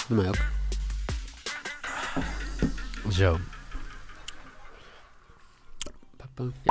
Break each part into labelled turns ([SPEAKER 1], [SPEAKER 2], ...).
[SPEAKER 1] Bij mij ook.
[SPEAKER 2] Zo. Ja.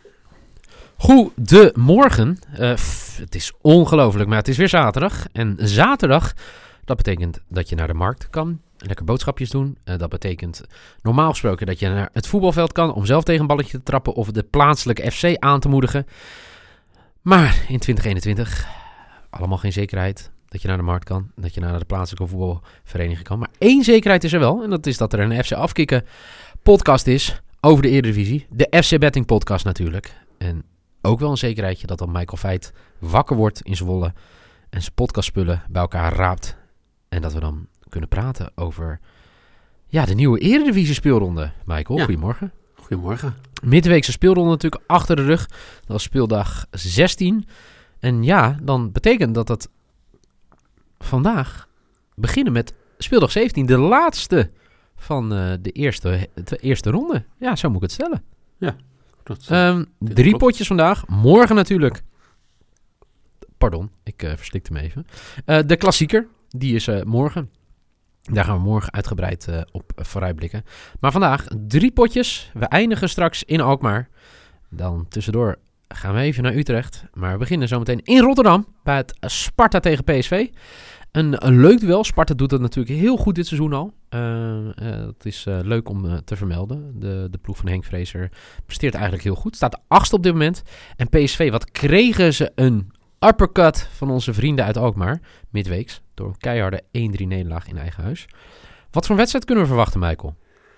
[SPEAKER 2] Goedemorgen. Het is ongelooflijk, maar het is weer zaterdag. En zaterdag, dat betekent dat je naar de markt kan. Lekker boodschapjes doen. Dat betekent normaal gesproken dat je naar het voetbalveld kan om zelf tegen een balletje te trappen of de plaatselijke FC aan te moedigen. Maar in 2021, allemaal geen zekerheid dat je naar de markt kan. Dat je naar de plaatselijke voetbalvereniging kan. Maar één zekerheid is er wel. En dat is dat er een FC Afkikken podcast is over de Eredivisie. De FC Betting podcast natuurlijk. En ook wel een zekerheidje dat dan Michael Veit wakker wordt in Zwolle. En zijn podcastspullen bij elkaar raapt. En dat we dan kunnen praten over de nieuwe Eredivisie speelronde. Michael,
[SPEAKER 1] Ja.
[SPEAKER 2] Goedemorgen.
[SPEAKER 1] Goedemorgen.
[SPEAKER 2] Midweekse speelronde natuurlijk achter de rug. Dat was speeldag 16. En ja, dan betekent dat het vandaag beginnen met speeldag 17. De laatste van de eerste ronde. Ja, zo moet ik het stellen.
[SPEAKER 1] Dat,
[SPEAKER 2] 3
[SPEAKER 1] klopt.
[SPEAKER 2] potjes vandaag. Morgen natuurlijk. Pardon, ik verslikte me even. De klassieker, die is morgen. Daar gaan we morgen uitgebreid op vooruitblikken. Maar vandaag 3 potjes. We eindigen straks in Alkmaar. Dan tussendoor gaan we even naar Utrecht. Maar we beginnen zometeen in Rotterdam bij het Sparta tegen PSV. Een leuk duel. Sparta doet dat natuurlijk heel goed dit seizoen al. Het is leuk om te vermelden. De ploeg van Henk Vrezer presteert eigenlijk heel goed. Staat 8e op dit moment. En PSV, wat kregen ze een uppercut van onze vrienden uit Alkmaar. Midweeks. Door een keiharde 1-3 nederlaag in eigen huis. Wat voor wedstrijd kunnen we verwachten, Michael?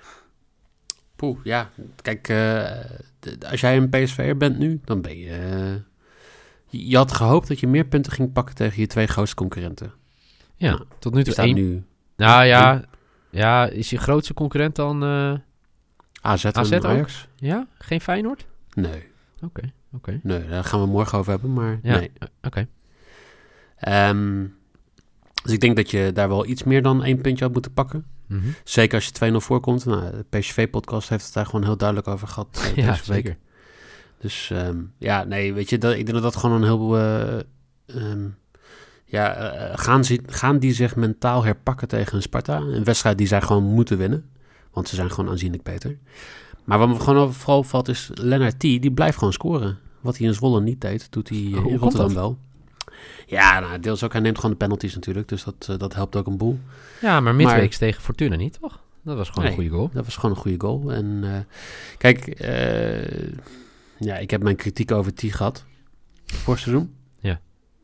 [SPEAKER 1] ja. Kijk, als jij een PSV'er bent nu, dan ben je... je had gehoopt dat je meer punten ging pakken tegen je 2 grootste concurrenten.
[SPEAKER 2] Ja,
[SPEAKER 1] Nou,
[SPEAKER 2] tot nu
[SPEAKER 1] Die
[SPEAKER 2] toe
[SPEAKER 1] staan
[SPEAKER 2] 1.
[SPEAKER 1] nu
[SPEAKER 2] Nou ja, is je grootste concurrent dan
[SPEAKER 1] AZ
[SPEAKER 2] AZ
[SPEAKER 1] en
[SPEAKER 2] ook?
[SPEAKER 1] Ajax.
[SPEAKER 2] Ja? Geen Feyenoord?
[SPEAKER 1] Nee,
[SPEAKER 2] Oké.
[SPEAKER 1] daar gaan we morgen over hebben, maar
[SPEAKER 2] Ja,
[SPEAKER 1] nee.
[SPEAKER 2] oké.
[SPEAKER 1] Dus ik denk dat je daar wel iets meer dan 1 puntje had moeten pakken.
[SPEAKER 2] Mhm.
[SPEAKER 1] Zeker als je 2-0 voorkomt. Nou, de PSV-podcast heeft het daar gewoon heel duidelijk over gehad
[SPEAKER 2] Ja,
[SPEAKER 1] deze week.
[SPEAKER 2] zeker.
[SPEAKER 1] Dus weet je, ik denk dat dat gewoon een heel... gaan die zich mentaal herpakken tegen een Sparta? Een wedstrijd die zij gewoon moeten winnen. Want ze zijn gewoon aanzienlijk beter. Maar wat me gewoon vooral opvalt is... Lennart T, die blijft gewoon scoren. Wat hij in Zwolle niet deed, doet hij
[SPEAKER 2] Hoe
[SPEAKER 1] in
[SPEAKER 2] komt
[SPEAKER 1] Rotterdam
[SPEAKER 2] dat?
[SPEAKER 1] wel. Ja, nou, deels ook. Hij neemt gewoon de penalties natuurlijk. Dus dat helpt ook een boel.
[SPEAKER 2] Ja, maar midweeks tegen Fortuna niet, toch? Dat was gewoon
[SPEAKER 1] Nee.
[SPEAKER 2] een goede goal.
[SPEAKER 1] Dat was gewoon een goede goal. En kijk, ik heb mijn kritiek over T gehad. Voor seizoen.
[SPEAKER 2] Ja.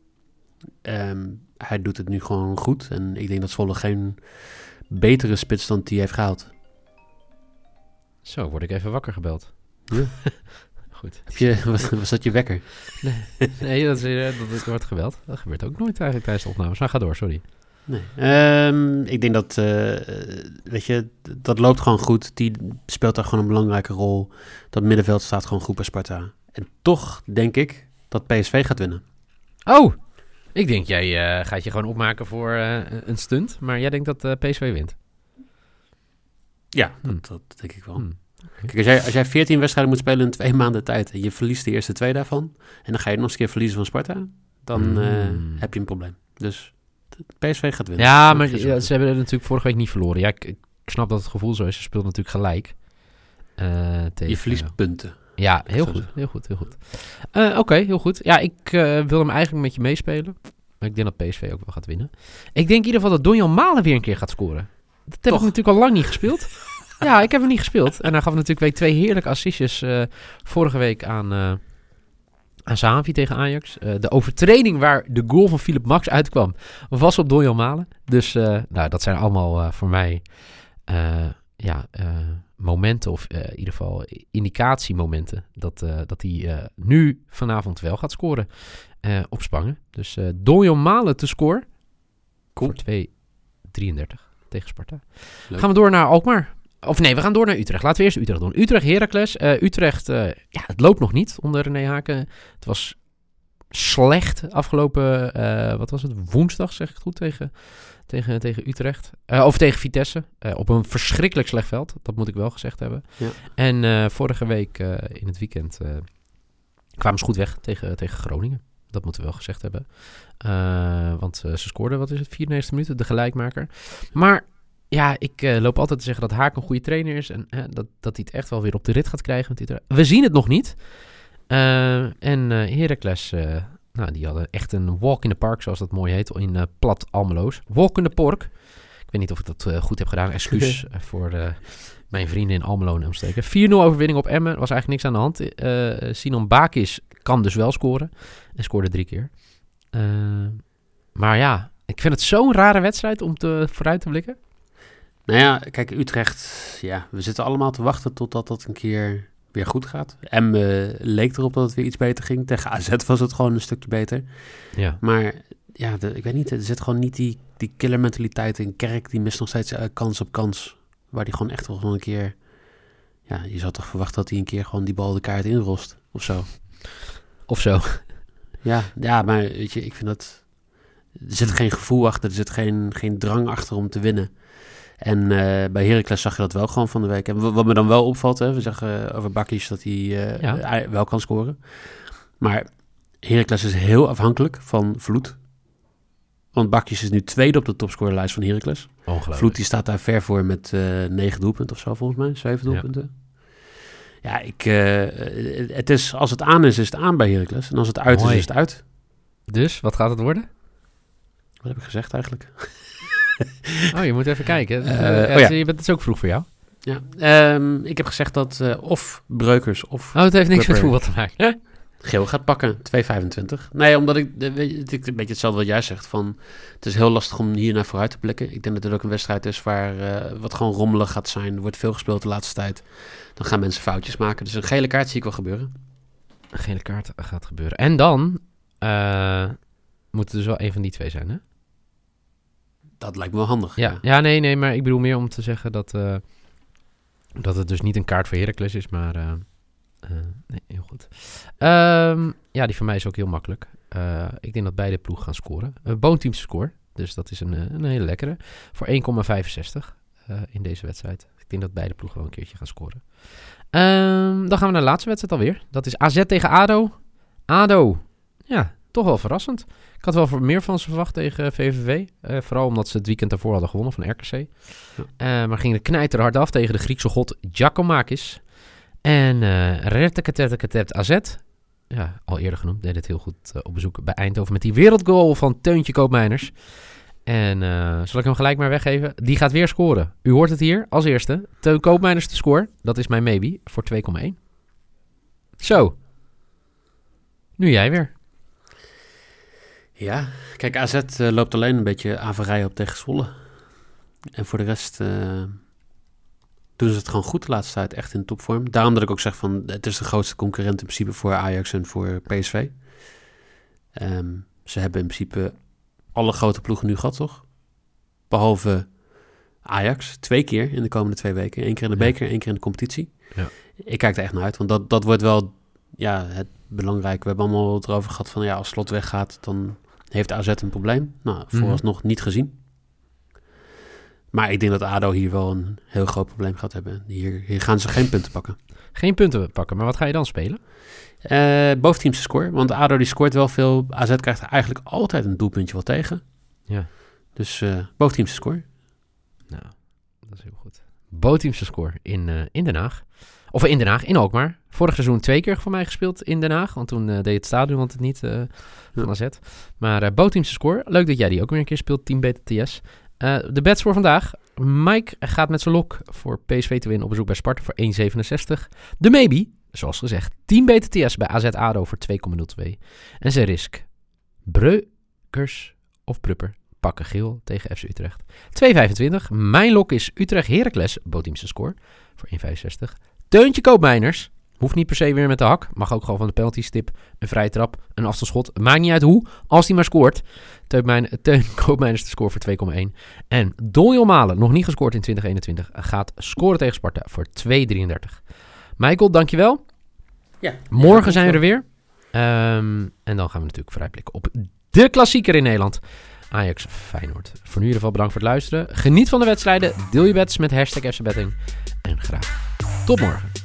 [SPEAKER 1] Hij doet het nu gewoon goed. En ik denk dat Zwolle geen betere spits dan T heeft gehaald.
[SPEAKER 2] Zo, word ik even wakker gebeld.
[SPEAKER 1] Ja.
[SPEAKER 2] Goed.
[SPEAKER 1] Was dat je wekker?
[SPEAKER 2] Nee, dat wordt gebeld. Dat gebeurt ook nooit eigenlijk tijdens de opnames. Maar ga door, sorry.
[SPEAKER 1] Nee. Ik denk dat, weet je, dat loopt gewoon goed. Die speelt daar gewoon een belangrijke rol. Dat middenveld staat gewoon goed bij Sparta. En toch denk ik dat PSV gaat winnen.
[SPEAKER 2] Oh, ik denk jij gaat je gewoon opmaken voor een stunt. Maar jij denkt dat PSV wint.
[SPEAKER 1] Ja, dat denk ik wel.
[SPEAKER 2] Oké.
[SPEAKER 1] Kijk, als jij 14 wedstrijden moet spelen in 2 maanden tijd... en je verliest de eerste 2 daarvan... en dan ga je nog eens een keer verliezen van Sparta... dan heb je een probleem. Dus PSV gaat winnen.
[SPEAKER 2] Ja, maar ze hebben het natuurlijk vorige week niet verloren. Ja, ik snap dat het gevoel zo is. Ze speelt natuurlijk gelijk. Tegen,
[SPEAKER 1] Je verliest punten.
[SPEAKER 2] Ja, heel
[SPEAKER 1] Zo
[SPEAKER 2] goed,
[SPEAKER 1] zeggen.
[SPEAKER 2] heel goed, heel goed. Oké, heel goed. Ja, ik wil hem eigenlijk met je meespelen. Maar ik denk dat PSV ook wel gaat winnen. Ik denk in ieder geval dat Donjan Malen weer een keer gaat scoren. Dat heb ik natuurlijk al lang niet gespeeld. Ja, ik heb hem niet gespeeld. En hij gaf natuurlijk week 2 heerlijke assistjes vorige week aan Xavi tegen Ajax. De overtreding waar de goal van Philip Max uitkwam was op Donjan Malen. Dus dat zijn allemaal voor mij momenten of in ieder geval indicatiemomenten dat hij nu vanavond wel gaat scoren op Spangen. Dus Donjan Malen te scoren voor 2,33 tegen Sparta.
[SPEAKER 1] Leuk.
[SPEAKER 2] Gaan we door naar Alkmaar. Of nee, we gaan door naar Utrecht. Laten we eerst Utrecht doen. Utrecht-Heracles. Utrecht, het loopt nog niet onder René Haken. Het was slecht afgelopen, wat was het, woensdag zeg ik het goed, tegen Utrecht. Of tegen Vitesse. Op een verschrikkelijk slecht veld. Dat moet ik wel gezegd hebben.
[SPEAKER 1] Ja.
[SPEAKER 2] En vorige week in het weekend kwamen ze goed weg tegen Groningen. Dat moeten we wel gezegd hebben. Want ze scoorden, 94e minuut, de gelijkmaker. Maar ja, ik loop altijd te zeggen dat Haak een goede trainer is. En dat hij het echt wel weer op de rit gaat krijgen. We zien het nog niet. En Heracles, die hadden echt een walk in the park, zoals dat mooi heet, in plat Almeloos. Walk in the park. Ik weet niet of ik dat goed heb gedaan. Excuus voor mijn vrienden in Almelo en omstreken. 4-0 overwinning op Emmen. Was eigenlijk niks aan de hand. Sinan Bakis kan dus wel scoren. En scoorde 3 keer. Maar ja, ik vind het zo'n rare wedstrijd om vooruit te blikken.
[SPEAKER 1] Nou ja, kijk, Utrecht, ja, we zitten allemaal te wachten totdat dat een keer weer goed gaat. Emmen leek erop dat het weer iets beter ging. Tegen AZ was het gewoon een stukje beter.
[SPEAKER 2] Ja.
[SPEAKER 1] Maar ja, ik weet niet, er zit gewoon niet die killer mentaliteit in. Kerk, die mist nog steeds kans op kans. Waar die gewoon echt wel een keer... Ja, je zou toch verwachten dat hij een keer gewoon die bal de kaart inrost. Of zo.
[SPEAKER 2] Of zo.
[SPEAKER 1] Ja, maar weet je, ik vind dat... Er zit geen gevoel achter, er zit geen drang achter om te winnen. En bij Heracles zag je dat wel gewoon van de week. En wat me dan wel opvalt, hè, we zeggen over Bakkies dat hij wel kan scoren. Maar Heracles is heel afhankelijk van Vloed. Want Bakkies is nu tweede op de topscorerlijst van Heracles.
[SPEAKER 2] Ongelooflijk.
[SPEAKER 1] Vloed die staat daar ver voor met 9 doelpunten of zo volgens mij. 7 doelpunten. Ja, het is, als het aan is het aan bij Heracles. En als het uit is het uit. Dus,
[SPEAKER 2] wat gaat het worden?
[SPEAKER 1] Wat heb ik gezegd eigenlijk?
[SPEAKER 2] Je moet even kijken. Het is ook vroeg voor jou.
[SPEAKER 1] Ja, ik heb gezegd dat of Breukers of...
[SPEAKER 2] het heeft niks met voetbal te maken.
[SPEAKER 1] Geel gaat pakken, 2,25. Nee, omdat ik een beetje hetzelfde wat jij zegt. Van, het is heel lastig om hier naar vooruit te blikken. Ik denk dat het ook een wedstrijd is waar wat gewoon rommelig gaat zijn. Er wordt veel gespeeld de laatste tijd. Dan gaan mensen foutjes maken. Dus een gele kaart zie ik wel gebeuren.
[SPEAKER 2] Een gele kaart gaat gebeuren. En dan moet het dus wel een van die twee zijn, hè?
[SPEAKER 1] Dat lijkt me wel handig.
[SPEAKER 2] Ja, nee, maar ik bedoel meer om te zeggen dat het dus niet een kaart voor Heracles is, maar... nee, heel goed. Die van mij is ook heel makkelijk. Ik denk dat beide ploegen gaan scoren. Boonteams score, dus dat is een hele lekkere. Voor 1,65 in deze wedstrijd. Ik denk dat beide ploegen wel een keertje gaan scoren. Dan gaan we naar de laatste wedstrijd alweer. Dat is AZ tegen ADO. ADO, ja, toch wel verrassend. Ik had wel meer van ze verwacht tegen VVV. Vooral omdat ze het weekend daarvoor hadden gewonnen van RKC. Maar ging de knijter hard af tegen de Griekse god Giacomakis. En AZ, ja, al eerder genoemd, deed het heel goed op bezoek bij Eindhoven met die wereldgoal van Teuntje Koopmeiners. En zal ik hem gelijk maar weggeven? Die gaat weer scoren. U hoort het hier als eerste. Teun Koopmeiners te score. Dat is mijn maybe voor 2,1. Zo. Nu jij weer.
[SPEAKER 1] Ja, kijk, AZ loopt alleen een beetje averij op tegen Zwolle. En voor de rest doen ze het gewoon goed de laatste tijd, echt in topvorm. Daarom dat ik ook zeg van, het is de grootste concurrent in principe voor Ajax en voor PSV. Ze hebben in principe alle grote ploegen nu gehad, toch? Behalve Ajax, 2 keer in de komende 2 weken. 1 keer in de beker, 1 keer in de competitie. Ja. Ik kijk er echt naar uit, want dat wordt wel het belangrijk. We hebben allemaal het erover gehad van, als Slot weggaat, dan heeft AZ een probleem. Nou, vooralsnog niet gezien. Maar ik denk dat ADO hier wel een heel groot probleem gaat hebben. Hier gaan ze geen punten pakken.
[SPEAKER 2] Geen punten pakken, maar wat ga je dan spelen?
[SPEAKER 1] Boventeamse score, want ADO die scoort wel veel. AZ krijgt eigenlijk altijd een doelpuntje wel tegen.
[SPEAKER 2] Ja.
[SPEAKER 1] Dus boventeamse score.
[SPEAKER 2] Nou, dat is heel goed. Boventeamse score in Den Haag. Of in Den Haag, in Alkmaar. Vorig seizoen 2 keer voor mij gespeeld in Den Haag. Want toen deed het stadion het niet van AZ. Maar boventeamse score, leuk dat jij die ook weer een keer speelt. Team BTTS. De bets voor vandaag. Mike gaat met zijn lok voor PSV te winnen op bezoek bij Sparta voor 1,67. De maybe, zoals gezegd, Team BTTS bij AZ ADO voor 2,02. En zijn risk. Breukers of Prupper pakken geel tegen FC Utrecht. 2,25. Mijn lok is Utrecht Heracles, boventeamse score, voor 1,65. Teuntje Koopmeiners. Hoeft niet per se weer met de hak. Mag ook gewoon van de penalty stip, een vrije trap, een afstandsschot. Maakt niet uit hoe, als hij maar scoort. Teun Koopmeiners te score voor 2,1. En Donjel Malen, nog niet gescoord in 2021, gaat scoren tegen Sparta voor 2,33. Michael, dankjewel.
[SPEAKER 1] Ja.
[SPEAKER 2] Morgen zijn we er weer. En dan gaan we natuurlijk vooruitblikken op de klassieker in Nederland. Ajax Feyenoord. Voor nu in ieder geval bedankt voor het luisteren. Geniet van de wedstrijden. Deel je bets met #FCBetting. En graag tot morgen.